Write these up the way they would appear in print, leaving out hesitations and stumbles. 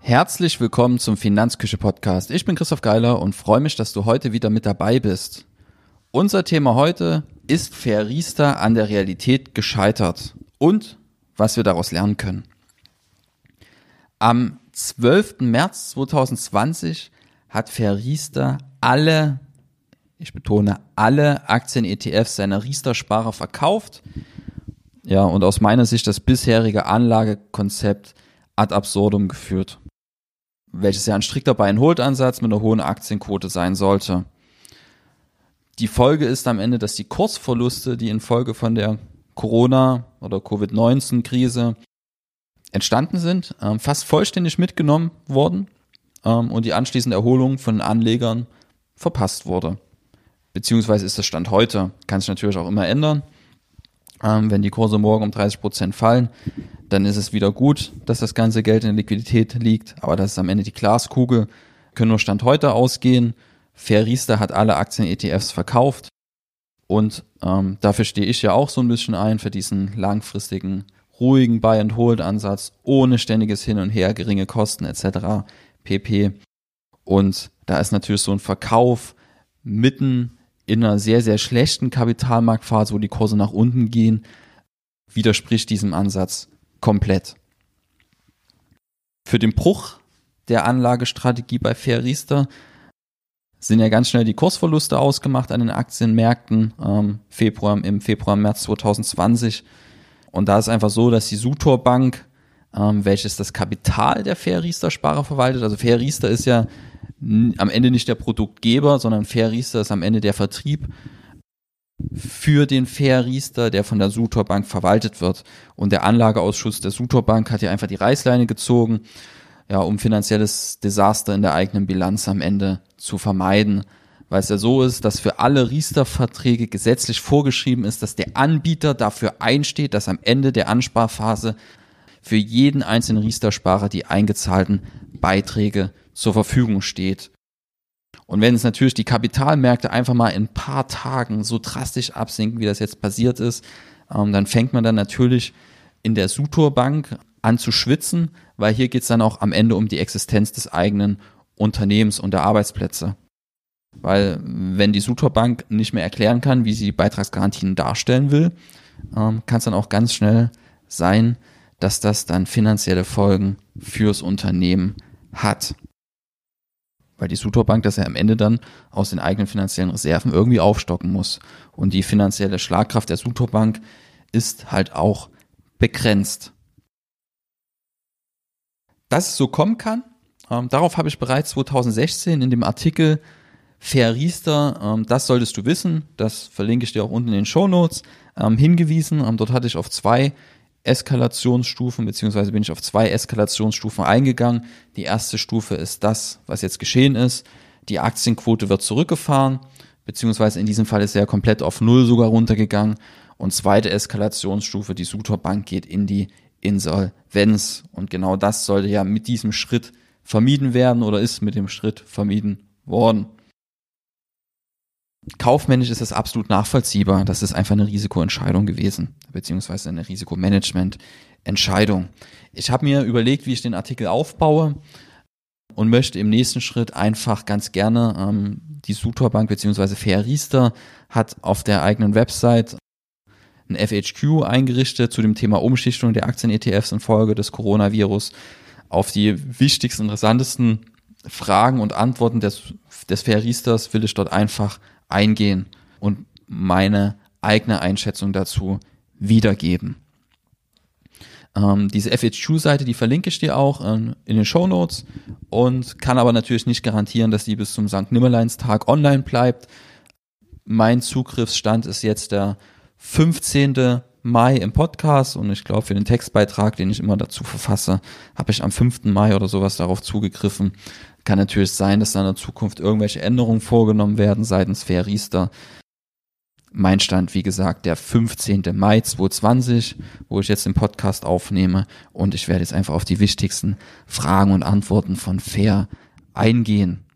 Herzlich willkommen zum Finanzküche-Podcast. Ich bin Christoph Geiler und freue mich, dass du heute wieder mit dabei bist. Unser Thema heute ist Fair Riester an der Realität gescheitert und was wir daraus lernen können. Am 12. März 2020 hat Fair Riester alle Aktien-ETFs seiner Riester-Sparer verkauft. Ja, und aus meiner Sicht das bisherige Anlagekonzept ad absurdum geführt, welches ja ein strikter Buy-and-Hold-Ansatz mit einer hohen Aktienquote sein sollte. Die Folge ist am Ende, dass die Kursverluste, die infolge von der Corona- oder Covid-19-Krise entstanden sind, fast vollständig mitgenommen wurden und die anschließende Erholung von Anlegern verpasst wurde. Beziehungsweise ist das Stand heute, kann sich natürlich auch immer ändern. Wenn die Kurse morgen um 30% fallen, dann ist es wieder gut, dass das ganze Geld in der Liquidität liegt, aber das ist am Ende die Glaskugel, können nur Stand heute ausgehen. Fair Riester hat alle Aktien-ETFs verkauft und dafür stehe ich ja auch so ein bisschen ein, für diesen langfristigen, ruhigen Buy-and-Hold-Ansatz, ohne ständiges Hin und Her, geringe Kosten etc. pp. Und da ist natürlich so ein Verkauf mitten in einer sehr, sehr schlechten Kapitalmarktphase, wo die Kurse nach unten gehen, widerspricht diesem Ansatz komplett. Für den Bruch der Anlagestrategie bei Fair Riester sind ja ganz schnell die Kursverluste ausgemacht an den Aktienmärkten im Februar, März 2020. Und da ist einfach so, dass die Sutor Bank, welches das Kapital der Fair Riester Sparer verwaltet, also Fair Riester ist ja am Ende nicht der Produktgeber, sondern Fair Riester ist am Ende der Vertrieb für den Fair Riester, der von der Sutor Bank verwaltet wird. Und der Anlageausschuss der Sutor Bank hat ja einfach die Reißleine gezogen, ja, um finanzielles Desaster in der eigenen Bilanz am Ende zu vermeiden. Weil es ja so ist, dass für alle Riester-Verträge gesetzlich vorgeschrieben ist, dass der Anbieter dafür einsteht, dass am Ende der Ansparphase für jeden einzelnen Riester-Sparer die eingezahlten Beiträge zur Verfügung steht. Und wenn es natürlich die Kapitalmärkte einfach mal in ein paar Tagen so drastisch absinken, wie das jetzt passiert ist, dann fängt man dann natürlich in der Sutor Bank an zu schwitzen, weil hier geht es dann auch am Ende um die Existenz des eigenen Unternehmens und der Arbeitsplätze. Weil wenn die Sutor Bank nicht mehr erklären kann, wie sie die Beitragsgarantien darstellen will, kann es dann auch ganz schnell sein, dass das dann finanzielle Folgen fürs Unternehmen hat. Weil die Sutor Bank das ja am Ende dann aus den eigenen finanziellen Reserven irgendwie aufstocken muss. Und die finanzielle Schlagkraft der Sutor Bank ist halt auch begrenzt. Dass es so kommen kann, darauf habe ich bereits 2016 in dem Artikel Fair Riester, das solltest du wissen, das verlinke ich dir auch unten in den Shownotes, hingewiesen. Dort hatte ich auf 2 Eskalationsstufen, beziehungsweise bin ich auf 2 Eskalationsstufen eingegangen. Die erste Stufe ist das, was jetzt geschehen ist. Die Aktienquote wird zurückgefahren, beziehungsweise in diesem Fall ist sie ja komplett auf 0 sogar runtergegangen. Und zweite Eskalationsstufe, die Sutor Bank geht in die Insolvenz. Und genau das sollte ja mit diesem Schritt vermieden werden oder ist mit dem Schritt vermieden worden. Kaufmännisch ist das absolut nachvollziehbar. Das ist einfach eine Risikoentscheidung gewesen, beziehungsweise eine Risikomanagement-Entscheidung. Ich habe mir überlegt, wie ich den Artikel aufbaue und möchte im nächsten Schritt einfach ganz gerne die Sutor Bank beziehungsweise Fair Riester hat auf der eigenen Website ein FAQ eingerichtet zu dem Thema Umschichtung der Aktien-ETFs infolge des Coronavirus. Auf die wichtigsten, interessantesten Fragen und Antworten des Fair Riesters will ich dort einfach eingehen und meine eigene Einschätzung dazu wiedergeben. Diese FAQ-Seite, die verlinke ich dir auch in den Shownotes und kann aber natürlich nicht garantieren, dass die bis zum St. Nimmerleinstag online bleibt. Mein Zugriffsstand ist jetzt der 15. Mai im Podcast und ich glaube für den Textbeitrag, den ich immer dazu verfasse, habe ich am 5. Mai oder sowas darauf zugegriffen. Kann natürlich sein, dass da in der Zukunft irgendwelche Änderungen vorgenommen werden seitens Fair Riester. Mein Stand, wie gesagt, der 15. Mai 2020, wo ich jetzt den Podcast aufnehme und ich werde jetzt einfach auf die wichtigsten Fragen und Antworten von Fair eingehen.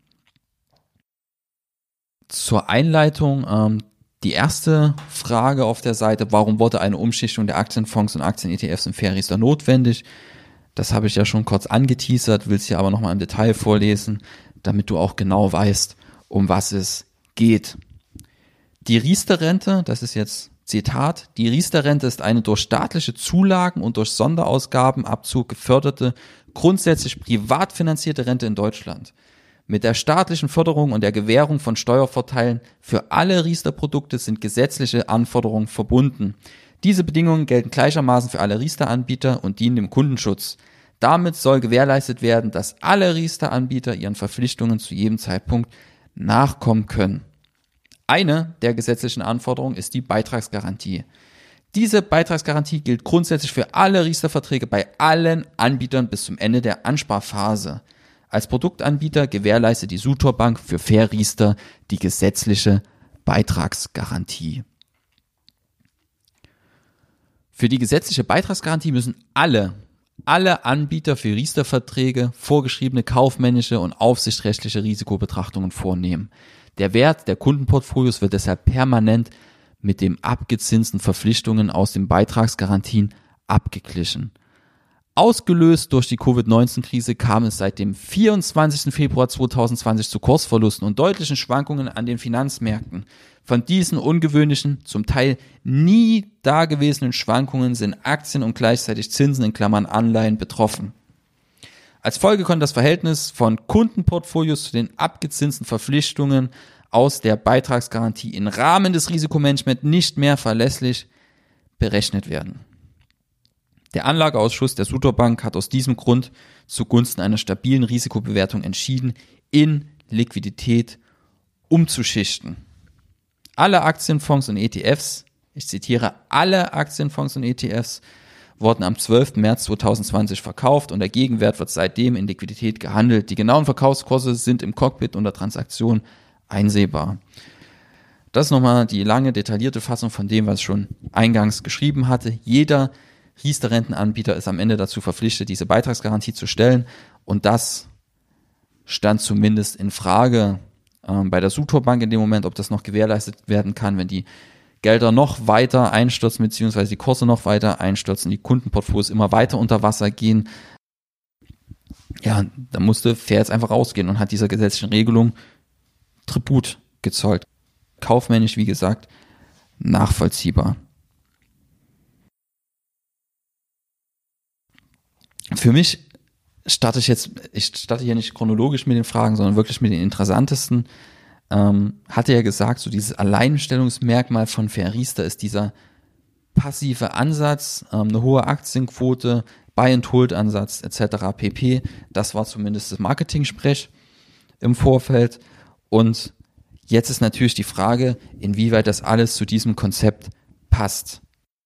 Zur Einleitung, die erste Frage auf der Seite, warum wurde eine Umschichtung der Aktienfonds und Aktien-ETFs in Fair Riester notwendig? Das habe ich ja schon kurz angeteasert, will es hier aber nochmal im Detail vorlesen, damit du auch genau weißt, um was es geht. Die Riester-Rente, das ist jetzt Zitat, die Riester-Rente ist eine durch staatliche Zulagen und durch Sonderausgabenabzug geförderte, grundsätzlich privat finanzierte Rente in Deutschland. Mit der staatlichen Förderung und der Gewährung von Steuervorteilen für alle Riester-Produkte sind gesetzliche Anforderungen verbunden. Diese Bedingungen gelten gleichermaßen für alle Riester-Anbieter und dienen dem Kundenschutz. Damit soll gewährleistet werden, dass alle Riester-Anbieter ihren Verpflichtungen zu jedem Zeitpunkt nachkommen können. Eine der gesetzlichen Anforderungen ist die Beitragsgarantie. Diese Beitragsgarantie gilt grundsätzlich für alle Riester-Verträge bei allen Anbietern bis zum Ende der Ansparphase. Als Produktanbieter gewährleistet die Sutor Bank für Fair Riester die gesetzliche Beitragsgarantie. Für die gesetzliche Beitragsgarantie müssen alle Anbieter für Riester-Verträge vorgeschriebene kaufmännische und aufsichtsrechtliche Risikobetrachtungen vornehmen. Der Wert der Kundenportfolios wird deshalb permanent mit den abgezinsten Verpflichtungen aus den Beitragsgarantien abgeglichen. Ausgelöst durch die Covid-19-Krise kam es seit dem 24. Februar 2020 zu Kursverlusten und deutlichen Schwankungen an den Finanzmärkten. Von diesen ungewöhnlichen, zum Teil nie dagewesenen Schwankungen sind Aktien und gleichzeitig Zinsen in Klammern Anleihen betroffen. Als Folge konnte das Verhältnis von Kundenportfolios zu den abgezinsten Verpflichtungen aus der Beitragsgarantie im Rahmen des Risikomanagements nicht mehr verlässlich berechnet werden. Der Anlageausschuss der Sutor Bank hat aus diesem Grund zugunsten einer stabilen Risikobewertung entschieden, in Liquidität umzuschichten. Alle Aktienfonds und ETFs, ich zitiere, alle Aktienfonds und ETFs wurden am 12. März 2020 verkauft und der Gegenwert wird seitdem in Liquidität gehandelt. Die genauen Verkaufskurse sind im Cockpit unter Transaktion einsehbar. Das ist nochmal die lange, detaillierte Fassung von dem, was ich schon eingangs geschrieben hatte. Jeder Riester-Rentenanbieter ist am Ende dazu verpflichtet, diese Beitragsgarantie zu stellen und das stand zumindest in Frage bei der Sutor Bank in dem Moment, ob das noch gewährleistet werden kann, wenn die Gelder noch weiter einstürzen, beziehungsweise die Kurse noch weiter einstürzen, die Kundenportfolios immer weiter unter Wasser gehen. Ja, da musste Fair jetzt einfach rausgehen und hat dieser gesetzlichen Regelung Tribut gezollt. Kaufmännisch, wie gesagt, nachvollziehbar. Für mich ich starte hier nicht chronologisch mit den Fragen, sondern wirklich mit den interessantesten. Hatte ja gesagt, so dieses Alleinstellungsmerkmal von Fair Riester ist dieser passive Ansatz, eine hohe Aktienquote, Buy-and-Hold-Ansatz etc. pp. Das war zumindest das Marketing-Sprech im Vorfeld. Und jetzt ist natürlich die Frage, inwieweit das alles zu diesem Konzept passt.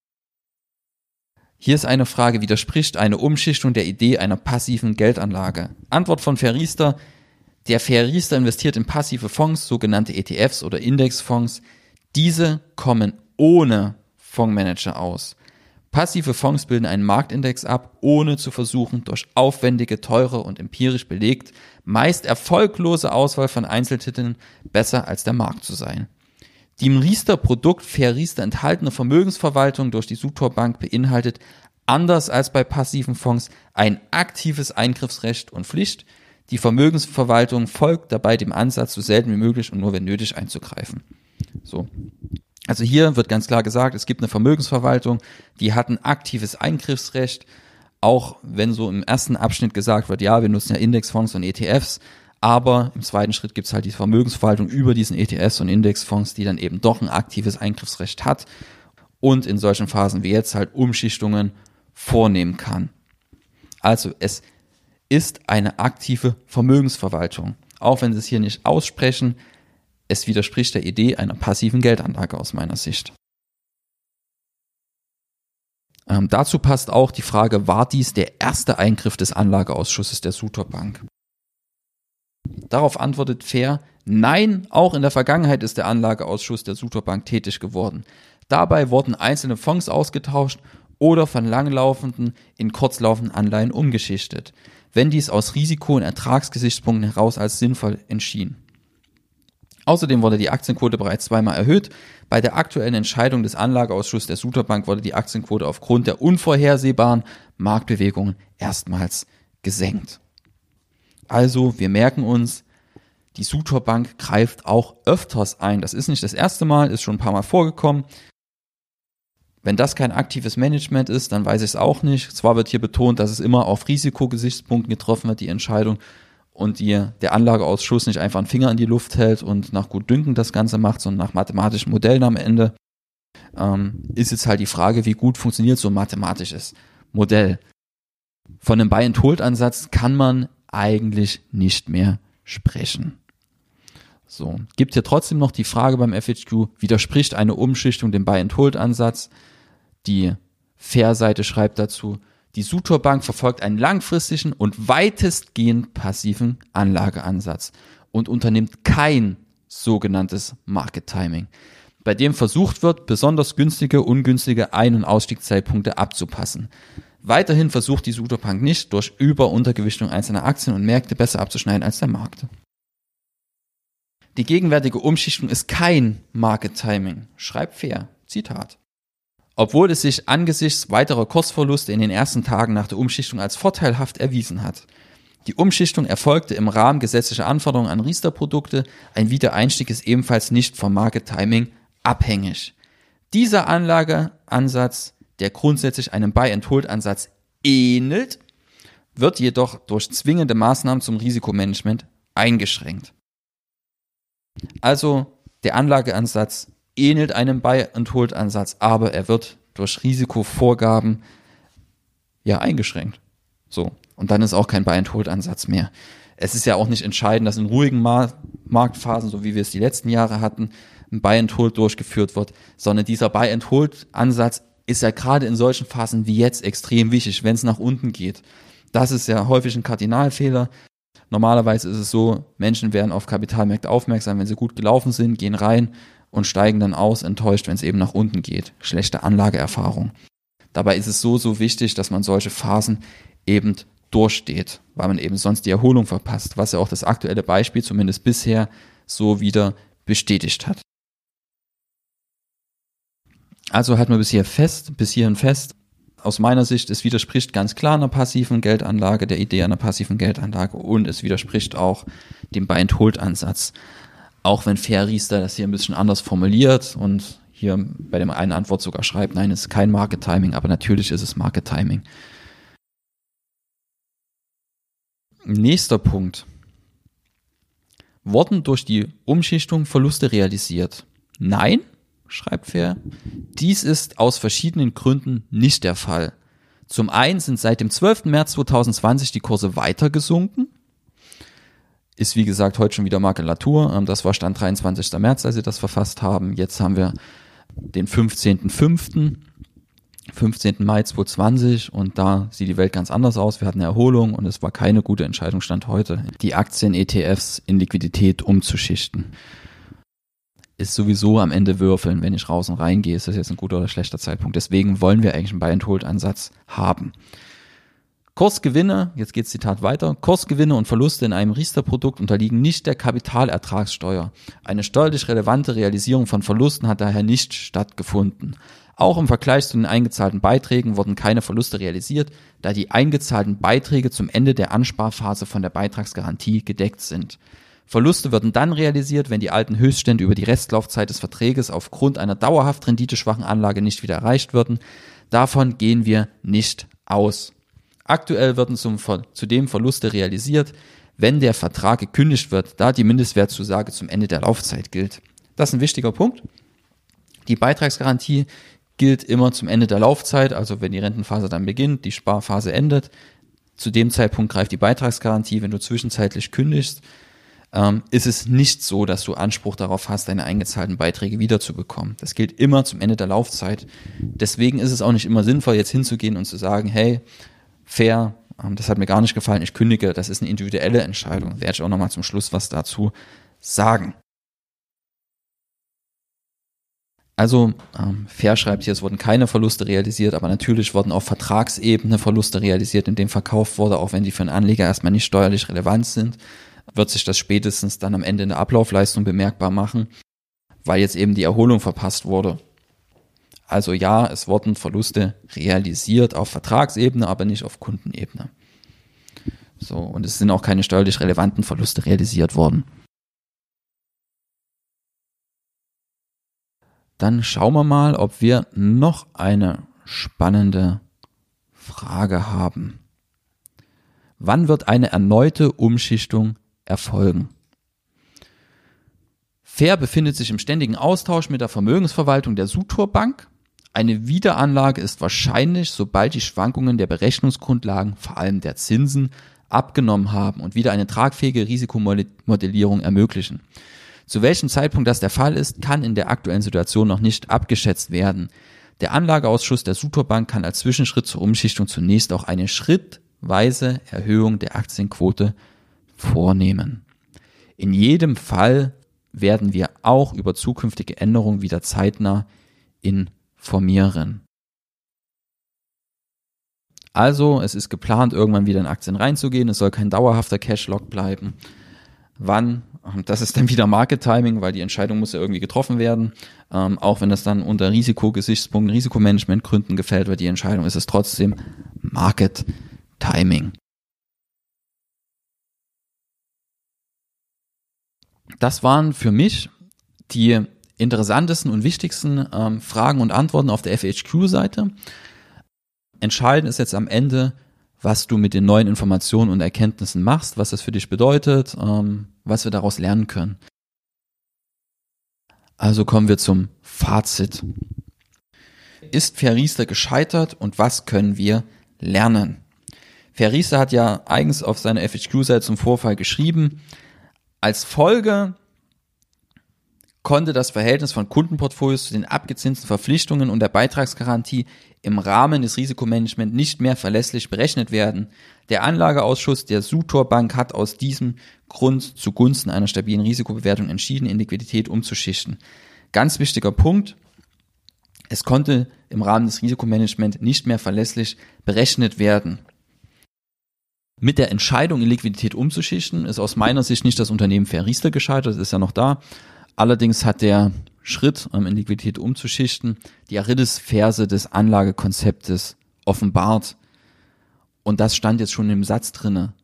Hier ist eine Frage, widerspricht eine Umschichtung der Idee einer passiven Geldanlage? Antwort von Fair Riester: Der Fair Riester investiert in passive Fonds, sogenannte ETFs oder Indexfonds. Diese kommen ohne Fondsmanager aus. Passive Fonds bilden einen Marktindex ab, ohne zu versuchen, durch aufwendige, teure und empirisch belegt, meist erfolglose Auswahl von Einzeltiteln besser als der Markt zu sein. Die im Riester-Produkt Fair Riester enthaltene Vermögensverwaltung durch die Sutor Bank beinhaltet, anders als bei passiven Fonds, ein aktives Eingriffsrecht und Pflicht. Die Vermögensverwaltung folgt dabei dem Ansatz, so selten wie möglich und nur wenn nötig einzugreifen. So. Also hier wird ganz klar gesagt, es gibt eine Vermögensverwaltung, die hat ein aktives Eingriffsrecht, auch wenn so im ersten Abschnitt gesagt wird, ja, wir nutzen ja Indexfonds und ETFs, aber im zweiten Schritt gibt es halt die Vermögensverwaltung über diesen ETFs und Indexfonds, die dann eben doch ein aktives Eingriffsrecht hat und in solchen Phasen wie jetzt halt Umschichtungen vornehmen kann. Also es ist eine aktive Vermögensverwaltung. Auch wenn sie es hier nicht aussprechen, es widerspricht der Idee einer passiven Geldanlage aus meiner Sicht. Dazu passt auch die Frage, war dies der erste Eingriff des Anlageausschusses der Sutor Bank? Darauf antwortet Fair: Nein, auch in der Vergangenheit ist der Anlageausschuss der Sutor Bank tätig geworden. Dabei wurden einzelne Fonds ausgetauscht oder von langlaufenden in kurzlaufenden Anleihen umgeschichtet, wenn dies aus Risiko- und Ertragsgesichtspunkten heraus als sinnvoll erschien. Außerdem wurde die Aktienquote bereits zweimal erhöht. Bei der aktuellen Entscheidung des Anlageausschusses der Suther Bank wurde die Aktienquote aufgrund der unvorhersehbaren Marktbewegungen erstmals gesenkt. Also, wir merken uns, die Suther Bank greift auch öfters ein. Das ist nicht das erste Mal, ist schon ein paar Mal vorgekommen. Wenn das kein aktives Management ist, dann weiß ich es auch nicht. Zwar wird hier betont, dass es immer auf Risikogesichtspunkten getroffen wird, die Entscheidung, und der Anlageausschuss nicht einfach einen Finger in die Luft hält und nach Gutdünken das Ganze macht, sondern nach mathematischen Modellen am Ende, ist jetzt halt die Frage, wie gut funktioniert so ein mathematisches Modell. Von einem Buy-and-Hold-Ansatz kann man eigentlich nicht mehr sprechen. So, gibt hier trotzdem noch die Frage beim FAQ, widerspricht eine Umschichtung dem Buy-and-Hold-Ansatz? Die Fair-Seite schreibt dazu, die Suther Bank verfolgt einen langfristigen und weitestgehend passiven Anlageansatz und unternimmt kein sogenanntes Market Timing, bei dem versucht wird, besonders günstige, ungünstige Ein- und Ausstiegszeitpunkte abzupassen. Weiterhin versucht die Suther Bank nicht, durch Über- und Untergewichtung einzelner Aktien und Märkte besser abzuschneiden als der Markt. Die gegenwärtige Umschichtung ist kein Market Timing, schreibt Fair, Zitat. Obwohl es sich angesichts weiterer Kursverluste in den ersten Tagen nach der Umschichtung als vorteilhaft erwiesen hat. Die Umschichtung erfolgte im Rahmen gesetzlicher Anforderungen an Riester-Produkte, ein Wiedereinstieg ist ebenfalls nicht vom Market Timing abhängig. Dieser Anlageansatz, der grundsätzlich einem Buy-and-Hold-Ansatz ähnelt, wird jedoch durch zwingende Maßnahmen zum Risikomanagement eingeschränkt. Also der Anlageansatz ähnelt einem Buy-and-Hold-Ansatz, aber er wird durch Risikovorgaben eingeschränkt. So, und dann ist auch kein Buy-and-Hold-Ansatz mehr. Es ist ja auch nicht entscheidend, dass in ruhigen Marktphasen, so wie wir es die letzten Jahre hatten, ein Buy-and-Hold durchgeführt wird, sondern dieser Buy-and-Hold-Ansatz ist ja gerade in solchen Phasen wie jetzt extrem wichtig, wenn es nach unten geht. Das ist ja häufig ein Kardinalfehler. Normalerweise ist es so, Menschen werden auf Kapitalmärkte aufmerksam, wenn sie gut gelaufen sind, gehen rein und steigen dann aus, enttäuscht, wenn es eben nach unten geht. Schlechte Anlageerfahrung. Dabei ist es so wichtig, dass man solche Phasen eben durchsteht, weil man eben sonst die Erholung verpasst, was ja auch das aktuelle Beispiel zumindest bisher so wieder bestätigt hat. Also halten wir bis hierhin fest. Aus meiner Sicht, es widerspricht ganz klar einer passiven Geldanlage, der Idee einer passiven Geldanlage, und es widerspricht auch dem Buy-and-Hold-Ansatz. Auch wenn Fair Riester das hier ein bisschen anders formuliert und hier bei dem einen Antwort sogar schreibt, nein, es ist kein Market Timing, aber natürlich ist es Market Timing. Nächster Punkt. Wurden durch die Umschichtung Verluste realisiert? Nein, schreibt Fair. Dies ist aus verschiedenen Gründen nicht der Fall. Zum einen sind seit dem 12. März 2020 die Kurse weiter gesunken. Ist wie gesagt heute schon wieder Makulatur. Das war Stand 23. März, als sie das verfasst haben. Jetzt haben wir den 15. Mai 2020 und da sieht die Welt ganz anders aus. Wir hatten eine Erholung und es war keine gute Entscheidung Stand heute, die Aktien-ETFs in Liquidität umzuschichten. Ist sowieso am Ende würfeln, wenn ich raus und reingehe, ist das jetzt ein guter oder schlechter Zeitpunkt. Deswegen wollen wir eigentlich einen Buy-and-Hold-Ansatz haben. Kursgewinne, jetzt geht Zitat weiter, Kursgewinne und Verluste in einem Riester-Produkt unterliegen nicht der Kapitalertragssteuer. Eine steuerlich relevante Realisierung von Verlusten hat daher nicht stattgefunden. Auch im Vergleich zu den eingezahlten Beiträgen wurden keine Verluste realisiert, da die eingezahlten Beiträge zum Ende der Ansparphase von der Beitragsgarantie gedeckt sind. Verluste würden dann realisiert, wenn die alten Höchststände über die Restlaufzeit des Verträges aufgrund einer dauerhaft renditeschwachen Anlage nicht wieder erreicht würden. Davon gehen wir nicht aus. Aktuell werden zudem Verluste realisiert, wenn der Vertrag gekündigt wird, da die Mindestwertzusage zum Ende der Laufzeit gilt. Das ist ein wichtiger Punkt. Die Beitragsgarantie gilt immer zum Ende der Laufzeit, also wenn die Rentenphase dann beginnt, die Sparphase endet. Zu dem Zeitpunkt greift die Beitragsgarantie. Wenn du zwischenzeitlich kündigst, ist es nicht so, dass du Anspruch darauf hast, deine eingezahlten Beiträge wiederzubekommen. Das gilt immer zum Ende der Laufzeit. Deswegen ist es auch nicht immer sinnvoll, jetzt hinzugehen und zu sagen, hey, Fair, das hat mir gar nicht gefallen, ich kündige, das ist eine individuelle Entscheidung. Werde ich auch nochmal zum Schluss was dazu sagen. Also, Fair schreibt hier, es wurden keine Verluste realisiert, aber natürlich wurden auf Vertragsebene Verluste realisiert, indem verkauft wurde, auch wenn die für einen Anleger erstmal nicht steuerlich relevant sind. wird sich das spätestens dann am Ende in der Ablaufleistung bemerkbar machen, weil jetzt eben die Erholung verpasst wurde. Also ja, es wurden Verluste realisiert auf Vertragsebene, aber nicht auf Kundenebene. So, und es sind auch keine steuerlich relevanten Verluste realisiert worden. Dann schauen wir mal, ob wir noch eine spannende Frage haben. Wann wird eine erneute Umschichtung erfolgen? Fair befindet sich im ständigen Austausch mit der Vermögensverwaltung der Sutor Bank. Eine Wiederanlage ist wahrscheinlich, sobald die Schwankungen der Berechnungsgrundlagen, vor allem der Zinsen, abgenommen haben und wieder eine tragfähige Risikomodellierung ermöglichen. Zu welchem Zeitpunkt das der Fall ist, kann in der aktuellen Situation noch nicht abgeschätzt werden. Der Anlageausschuss der Sutor Bank kann als Zwischenschritt zur Umschichtung zunächst auch eine schrittweise Erhöhung der Aktienquote vornehmen. In jedem werden wir auch über zukünftige Änderungen wieder zeitnah informieren. Also, es ist geplant, irgendwann wieder in Aktien reinzugehen. Es soll kein dauerhafter Cash-Lock bleiben. Wann? Das ist dann wieder Market Timing, weil die Entscheidung muss ja irgendwie getroffen werden. Auch wenn das dann unter Risikogesichtspunkten, Risikomanagementgründen gefällt wird, die Entscheidung, ist es trotzdem Market Timing. Das waren für mich die interessantesten und wichtigsten Fragen und Antworten auf der FAQ-Seite. Entscheidend ist jetzt am Ende, was du mit den neuen Informationen und Erkenntnissen machst, was das für dich bedeutet, was wir daraus lernen können. Also kommen wir zum Fazit. Ist Fair Riester gescheitert und was können wir lernen? Fair Riester hat ja eigens auf seiner FAQ-Seite zum Vorfall geschrieben, als Folge konnte das Verhältnis von Kundenportfolios zu den abgezinsten Verpflichtungen und der Beitragsgarantie im Rahmen des Risikomanagements nicht mehr verlässlich berechnet werden. Der Anlageausschuss der Sutor Bank hat aus diesem Grund zugunsten einer stabilen Risikobewertung entschieden, in Liquidität umzuschichten. Ganz wichtiger Punkt, es konnte im Rahmen des Risikomanagements nicht mehr verlässlich berechnet werden. Mit der Entscheidung, in Liquidität umzuschichten, ist aus meiner Sicht nicht das Unternehmen Fair Riester gescheitert, das ist ja noch da. Allerdings hat der Schritt, in Liquidität umzuschichten, die Achillesferse des Anlagekonzeptes offenbart. Und das stand jetzt schon im Satz drinne.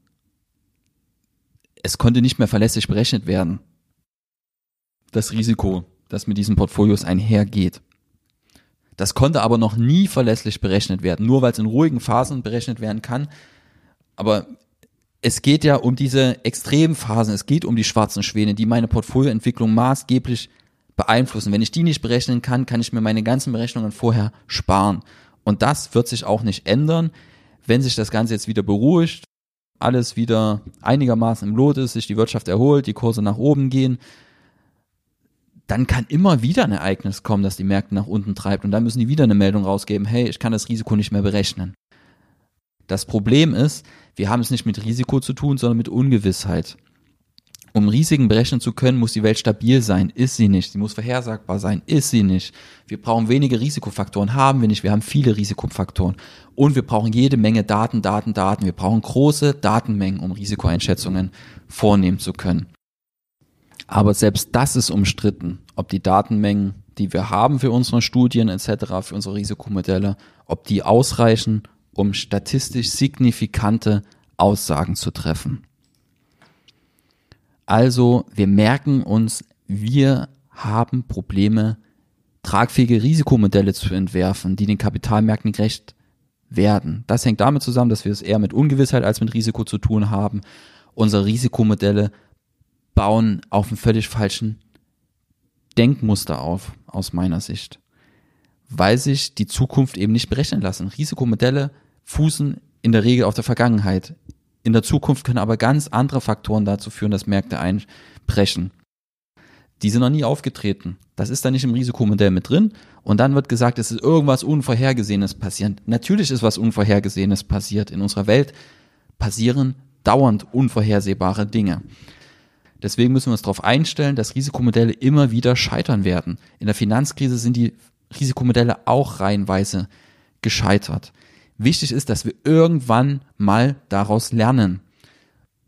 Es konnte nicht mehr verlässlich berechnet werden. Das Risiko, das mit diesen Portfolios einhergeht. Das konnte aber noch nie verlässlich berechnet werden, nur weil es in ruhigen Phasen berechnet werden kann. Aber es geht ja um diese extremen Phasen, es geht um die schwarzen Schwäne, die meine Portfolioentwicklung maßgeblich beeinflussen. Wenn ich die nicht berechnen kann, kann ich mir meine ganzen Berechnungen vorher sparen. Und das wird sich auch nicht ändern, wenn sich das Ganze jetzt wieder beruhigt, alles wieder einigermaßen im Lot ist, sich die Wirtschaft erholt, die Kurse nach oben gehen, dann kann immer wieder ein Ereignis kommen, das die Märkte nach unten treibt und dann müssen die wieder eine Meldung rausgeben, hey, ich kann das Risiko nicht mehr berechnen. Das Problem ist, wir haben es nicht mit Risiko zu tun, sondern mit Ungewissheit. Um Risiken berechnen zu können, muss die Welt stabil sein. Ist sie nicht. Sie muss vorhersagbar sein. Ist sie nicht. Wir brauchen wenige Risikofaktoren. Haben wir nicht. Wir haben viele Risikofaktoren. Und wir brauchen jede Menge Daten. Wir brauchen große Datenmengen, um Risikoeinschätzungen vornehmen zu können. Aber selbst das ist umstritten, ob die Datenmengen, die wir haben für unsere Studien etc., für unsere Risikomodelle, ob die ausreichen, um statistisch signifikante Aussagen zu treffen. Also wir merken uns, wir haben Probleme, tragfähige Risikomodelle zu entwerfen, die den Kapitalmärkten gerecht werden. Das hängt damit zusammen, dass wir es eher mit Ungewissheit als mit Risiko zu tun haben. Unsere Risikomodelle bauen auf einem völlig falschen Denkmuster auf, aus meiner Sicht, weil sich die Zukunft eben nicht berechnen lassen. Risikomodelle fußen in der Regel auf der Vergangenheit. In der Zukunft können aber ganz andere Faktoren dazu führen, dass Märkte einbrechen. Die sind noch nie aufgetreten. Das ist da nicht im Risikomodell mit drin. Und dann wird gesagt, es ist irgendwas Unvorhergesehenes passiert. Natürlich ist was Unvorhergesehenes passiert. In unserer Welt passieren dauernd unvorhersehbare Dinge. Deswegen müssen wir uns darauf einstellen, dass Risikomodelle immer wieder scheitern werden. In der Finanzkrise sind die Risikomodelle auch reihenweise gescheitert. Wichtig ist, dass wir irgendwann mal daraus lernen.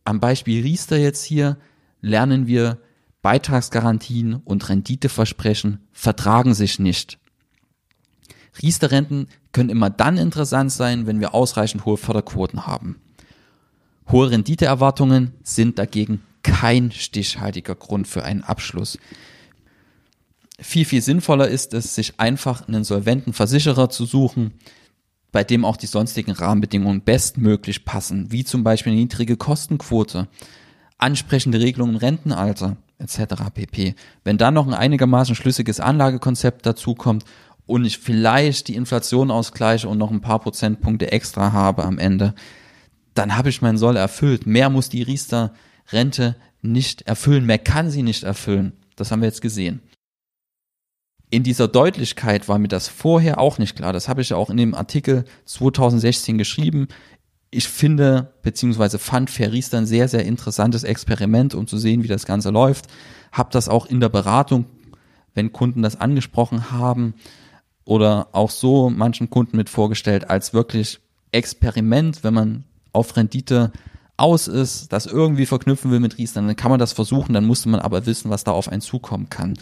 Am Beispiel Riester jetzt hier lernen wir, Beitragsgarantien und Renditeversprechen vertragen sich nicht. Riester-Renten können immer dann interessant sein, wenn wir ausreichend hohe Förderquoten haben. Hohe Renditeerwartungen sind dagegen kein stichhaltiger Grund für einen Abschluss. Viel, viel sinnvoller ist es, sich einfach einen solventen Versicherer zu suchen, bei dem auch die sonstigen Rahmenbedingungen bestmöglich passen, wie zum Beispiel eine niedrige Kostenquote, ansprechende Regelungen im Rentenalter etc. pp. Wenn dann noch ein einigermaßen schlüssiges Anlagekonzept dazukommt und ich vielleicht die Inflation ausgleiche und noch ein paar Prozentpunkte extra habe am Ende, dann habe ich mein Soll erfüllt. Mehr muss die Riester-Rente nicht erfüllen, mehr kann sie nicht erfüllen. Das haben wir jetzt gesehen. In dieser Deutlichkeit war mir das vorher auch nicht klar. Das habe ich ja auch in dem Artikel 2016 geschrieben. Ich finde, beziehungsweise fand Fair Riester ein sehr, sehr interessantes Experiment, um zu sehen, wie das Ganze läuft. Habe das auch in der Beratung, wenn Kunden das angesprochen haben oder auch so manchen Kunden mit vorgestellt, als wirklich Experiment, wenn man auf Rendite aus ist, das irgendwie verknüpfen will mit Riester, dann kann man das versuchen, dann musste man aber wissen, was da auf einen zukommen kann.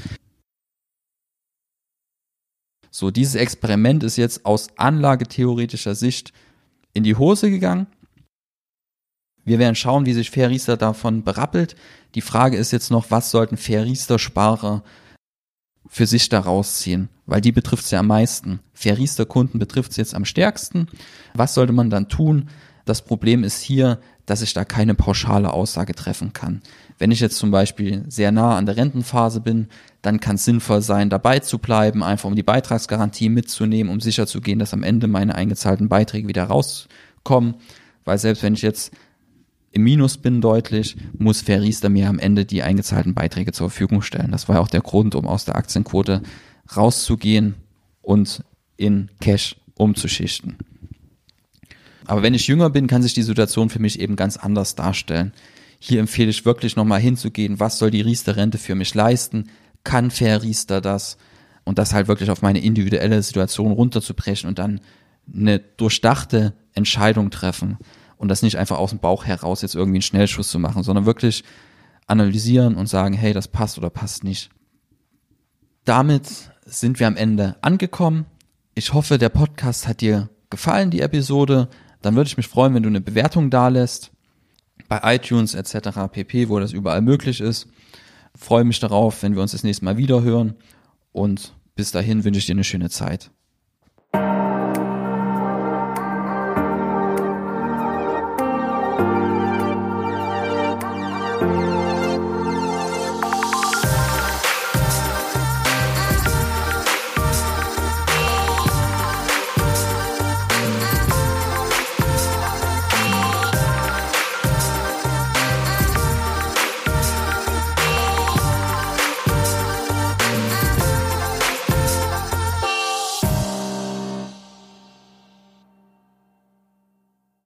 So, dieses Experiment ist jetzt aus anlagetheoretischer Sicht in die Hose gegangen. Wir werden schauen, wie sich Fair Riester davon berappelt. Die Frage ist jetzt noch, was sollten Fair Riester-Sparer für sich da rausziehen? Weil die betrifft es ja am meisten. Fair Riester-Kunden betrifft es jetzt am stärksten. Was sollte man dann tun? Das Problem ist hier, dass ich da keine pauschale Aussage treffen kann. Wenn ich jetzt zum Beispiel sehr nah an der Rentenphase bin, dann kann es sinnvoll sein, dabei zu bleiben, einfach um die Beitragsgarantie mitzunehmen, um sicherzugehen, dass am Ende meine eingezahlten Beiträge wieder rauskommen. Weil selbst wenn ich jetzt im Minus bin deutlich, muss Fair Riester mir am Ende die eingezahlten Beiträge zur Verfügung stellen. Das war ja auch der Grund, um aus der Aktienquote rauszugehen und in Cash umzuschichten. Aber wenn ich jünger bin, kann sich die Situation für mich eben ganz anders darstellen. Hier empfehle ich wirklich nochmal hinzugehen, was soll die Riester-Rente für mich leisten? Kann Fair Riester das? Und das halt wirklich auf meine individuelle Situation runterzubrechen und dann eine durchdachte Entscheidung treffen und das nicht einfach aus dem Bauch heraus jetzt irgendwie einen Schnellschuss zu machen, sondern wirklich analysieren und sagen, hey, das passt oder passt nicht. Damit sind wir am Ende angekommen. Ich hoffe, der Podcast hat dir gefallen, die Episode. Dann würde ich mich freuen, wenn du eine Bewertung dalässt, bei iTunes etc. pp., wo das überall möglich ist. Freue mich darauf, wenn wir uns das nächste Mal wieder hören und bis dahin wünsche ich dir eine schöne Zeit.